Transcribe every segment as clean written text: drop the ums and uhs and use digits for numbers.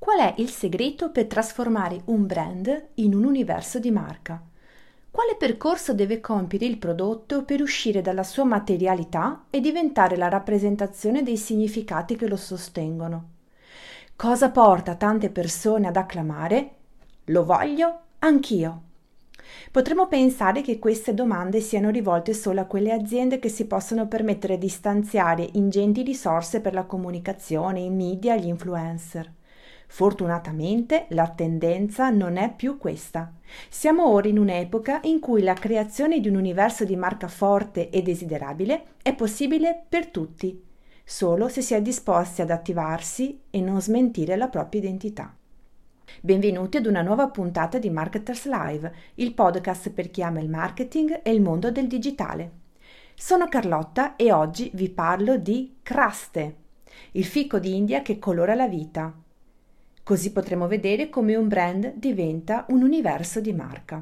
Qual è il segreto per trasformare un brand in un universo di marca? Quale percorso deve compiere il prodotto per uscire dalla sua materialità e diventare la rappresentazione dei significati che lo sostengono? Cosa porta tante persone ad acclamare "Lo voglio anch'io"? Potremmo pensare che queste domande siano rivolte solo a quelle aziende che si possono permettere di stanziare ingenti risorse per la comunicazione, i media e gli influencer. Fortunatamente la tendenza non è più questa. Siamo ora in un'epoca in cui la creazione di un universo di marca forte e desiderabile è possibile per tutti, solo se si è disposti ad attivarsi e non smentire la propria identità. Benvenuti ad una nuova puntata di Marketers Live, il podcast per chi ama il marketing e il mondo del digitale. Sono Carlotta e oggi vi parlo di Craste, il fico d'India che colora la vita. Così potremo vedere come un brand diventa un universo di marca.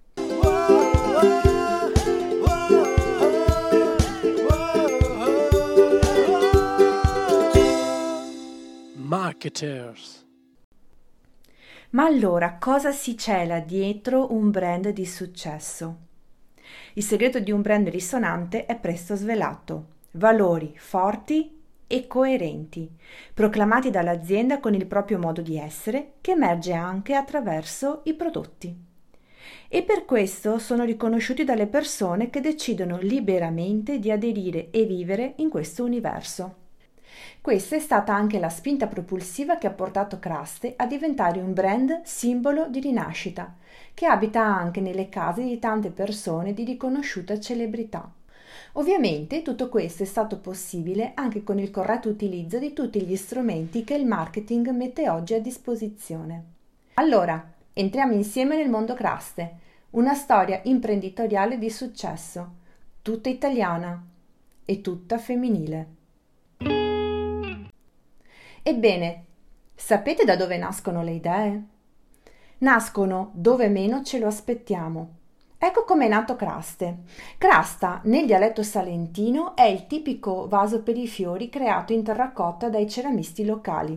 Marketers. Ma allora cosa si cela dietro un brand di successo? Il segreto di un brand risonante è presto svelato: valori forti e coerenti, proclamati dall'azienda con il proprio modo di essere, che emerge anche attraverso i prodotti. E per questo sono riconosciuti dalle persone che decidono liberamente di aderire e vivere in questo universo. Questa è stata anche la spinta propulsiva che ha portato Craste a diventare un brand simbolo di rinascita, che abita anche nelle case di tante persone di riconosciuta celebrità. Ovviamente tutto questo è stato possibile anche con il corretto utilizzo di tutti gli strumenti che il marketing mette oggi a disposizione. Allora, entriamo insieme nel mondo Craste, una storia imprenditoriale di successo, tutta italiana e tutta femminile. Ebbene, sapete da dove nascono le idee? Nascono dove meno ce lo aspettiamo. Ecco com'è nato Craste. Crasta, nel dialetto salentino, è il tipico vaso per i fiori creato in terracotta dai ceramisti locali.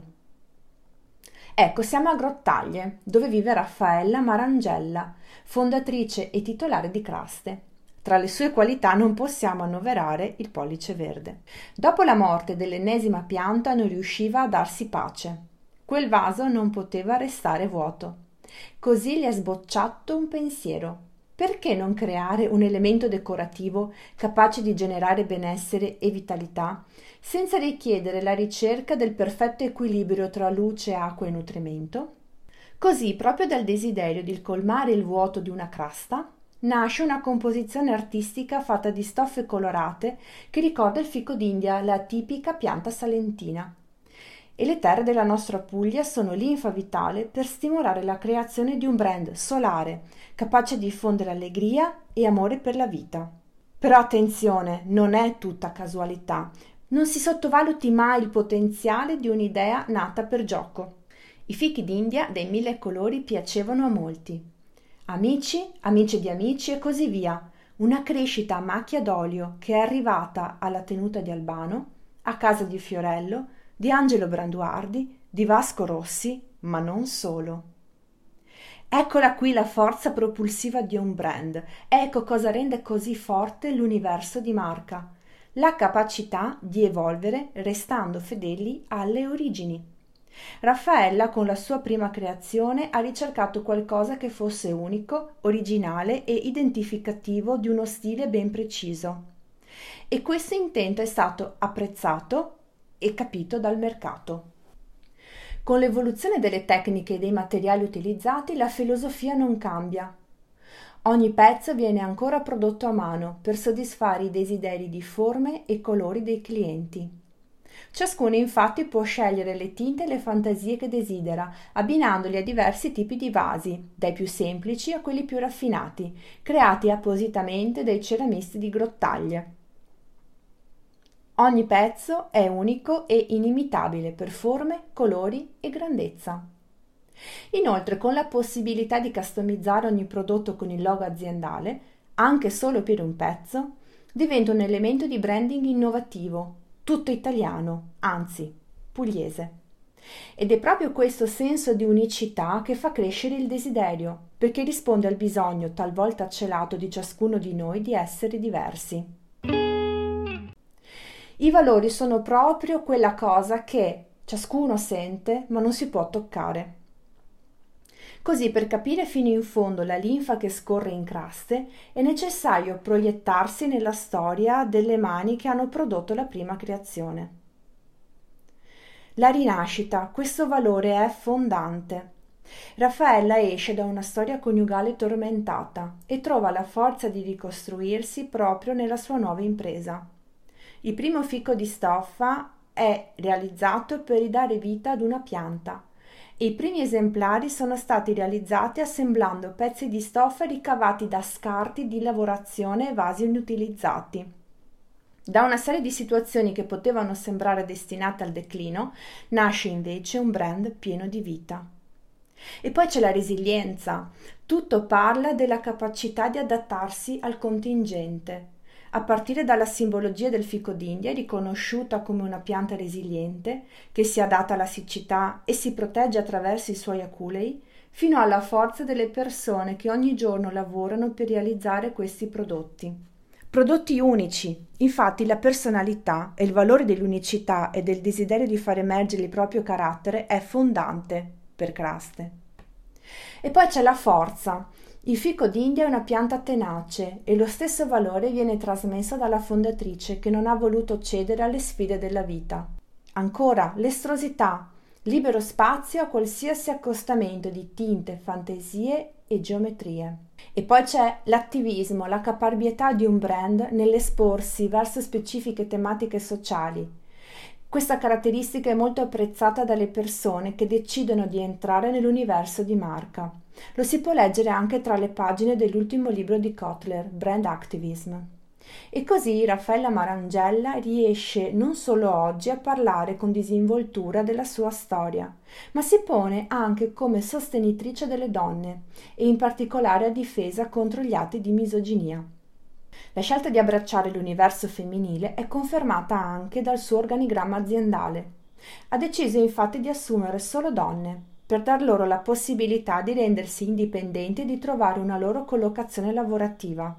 Ecco, siamo a Grottaglie, dove vive Raffaella Marangella, fondatrice e titolare di Craste. Tra le sue qualità non possiamo annoverare il pollice verde. Dopo la morte dell'ennesima pianta non riusciva a darsi pace. Quel vaso non poteva restare vuoto. Così le è sbocciato un pensiero. Perché non creare un elemento decorativo capace di generare benessere e vitalità, senza richiedere la ricerca del perfetto equilibrio tra luce, acqua e nutrimento? Così, proprio dal desiderio di colmare il vuoto di una crasta, nasce una composizione artistica fatta di stoffe colorate che ricorda il fico d'India, la tipica pianta salentina. E le terre della nostra Puglia sono linfa vitale per stimolare la creazione di un brand solare, capace di diffondere allegria e amore per la vita. Però attenzione, non è tutta casualità. Non si sottovaluti mai il potenziale di un'idea nata per gioco. I fichi d'India dei 1000 colori piacevano a molti. Amici, amici di amici e così via. Una crescita a macchia d'olio che è arrivata alla tenuta di Albano, a casa di Fiorello, di Angelo Branduardi, di Vasco Rossi, ma non solo. Eccola qui la forza propulsiva di un brand. Ecco cosa rende così forte l'universo di marca: la capacità di evolvere restando fedeli alle origini. Raffaella con la sua prima creazione ha ricercato qualcosa che fosse unico, originale e identificativo di uno stile ben preciso. E questo intento è stato apprezzato e capito dal mercato. Con l'evoluzione delle tecniche e dei materiali utilizzati, la filosofia non cambia. Ogni pezzo viene ancora prodotto a mano per soddisfare i desideri di forme e colori dei clienti. Ciascuno infatti può scegliere le tinte e le fantasie che desidera, abbinandoli a diversi tipi di vasi, dai più semplici a quelli più raffinati, creati appositamente dai ceramisti di Grottaglie. Ogni pezzo è unico e inimitabile per forme, colori e grandezza. Inoltre, con la possibilità di customizzare ogni prodotto con il logo aziendale, anche solo per un pezzo, diventa un elemento di branding innovativo, tutto italiano, anzi, pugliese. Ed è proprio questo senso di unicità che fa crescere il desiderio, perché risponde al bisogno talvolta celato di ciascuno di noi di essere diversi. I valori sono proprio quella cosa che ciascuno sente ma non si può toccare. Così, per capire fino in fondo la linfa che scorre in Craste, è necessario proiettarsi nella storia delle mani che hanno prodotto la prima creazione. La rinascita, questo valore è fondante. Raffaella esce da una storia coniugale tormentata e trova la forza di ricostruirsi proprio nella sua nuova impresa. Il primo fico di stoffa è realizzato per ridare vita ad una pianta e i primi esemplari sono stati realizzati assemblando pezzi di stoffa ricavati da scarti di lavorazione e vasi inutilizzati. Da una serie di situazioni che potevano sembrare destinate al declino, nasce invece un brand pieno di vita. E poi c'è la resilienza. Tutto parla della capacità di adattarsi al contingente. A partire dalla simbologia del fico d'India, riconosciuta come una pianta resiliente, che si adatta alla siccità e si protegge attraverso i suoi aculei, fino alla forza delle persone che ogni giorno lavorano per realizzare questi prodotti. Prodotti unici. Infatti la personalità e il valore dell'unicità e del desiderio di far emergere il proprio carattere è fondante per Craste. E poi c'è la forza. Il fico d'India è una pianta tenace e lo stesso valore viene trasmesso dalla fondatrice che non ha voluto cedere alle sfide della vita. Ancora, l'estrosità, libero spazio a qualsiasi accostamento di tinte, fantasie e geometrie. E poi c'è l'attivismo, la caparbietà di un brand nell'esporsi verso specifiche tematiche sociali. Questa caratteristica è molto apprezzata dalle persone che decidono di entrare nell'universo di marca. Lo si può leggere anche tra le pagine dell'ultimo libro di Kotler, Brand Activism. E così Raffaella Marangella riesce non solo oggi a parlare con disinvoltura della sua storia, ma si pone anche come sostenitrice delle donne e in particolare a difesa contro gli atti di misoginia. La scelta di abbracciare l'universo femminile è confermata anche dal suo organigramma aziendale. Ha deciso infatti di assumere solo donne, per dar loro la possibilità di rendersi indipendenti e di trovare una loro collocazione lavorativa.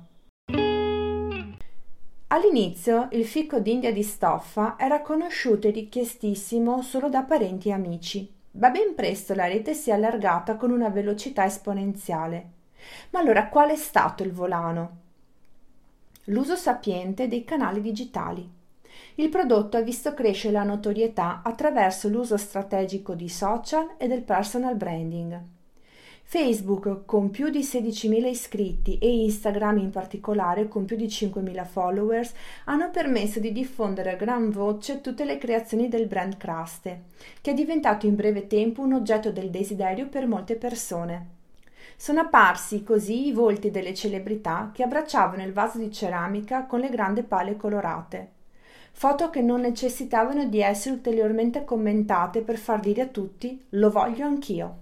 All'inizio il fico d'India di stoffa era conosciuto e richiestissimo solo da parenti e amici, ma ben presto la rete si è allargata con una velocità esponenziale. Ma allora qual è stato il volano? L'uso sapiente dei canali digitali. Il prodotto ha visto crescere la notorietà attraverso l'uso strategico di social e del personal branding. Facebook con più di 16.000 iscritti e Instagram in particolare con più di 5.000 followers hanno permesso di diffondere a gran voce tutte le creazioni del brand Craste, che è diventato in breve tempo un oggetto del desiderio per molte persone. Sono apparsi così i volti delle celebrità che abbracciavano il vaso di ceramica con le grandi pale colorate. Foto che non necessitavano di essere ulteriormente commentate per far dire a tutti «lo voglio anch'io».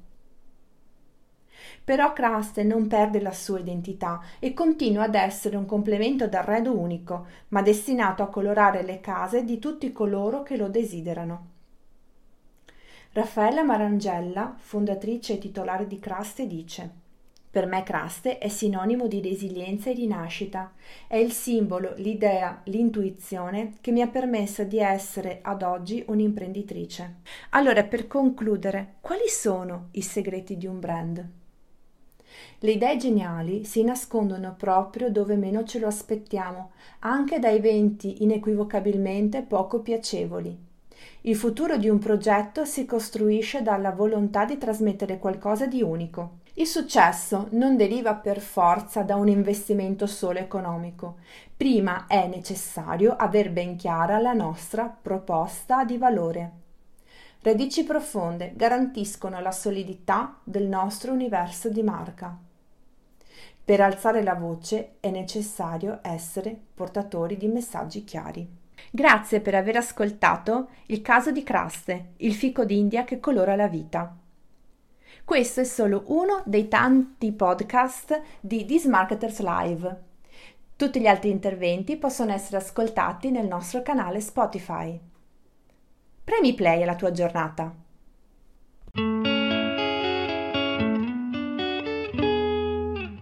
Però Craste non perde la sua identità e continua ad essere un complemento d'arredo unico, ma destinato a colorare le case di tutti coloro che lo desiderano. Raffaella Marangella, fondatrice e titolare di Craste, dice: «Per me Craste è sinonimo di resilienza e rinascita, è il simbolo, l'idea, l'intuizione che mi ha permesso di essere ad oggi un'imprenditrice». Allora, per concludere, quali sono i segreti di un brand? Le idee geniali si nascondono proprio dove meno ce lo aspettiamo, anche da eventi inequivocabilmente poco piacevoli. Il futuro di un progetto si costruisce dalla volontà di trasmettere qualcosa di unico. Il successo non deriva per forza da un investimento solo economico. Prima è necessario aver ben chiara la nostra proposta di valore. Radici profonde garantiscono la solidità del nostro universo di marca. Per alzare la voce è necessario essere portatori di messaggi chiari. Grazie per aver ascoltato Il caso di Craste, il fico d'India che colora la vita. Questo è solo uno dei tanti podcast di This Marketers Live. Tutti gli altri interventi possono essere ascoltati nel nostro canale Spotify. Premi play alla tua giornata.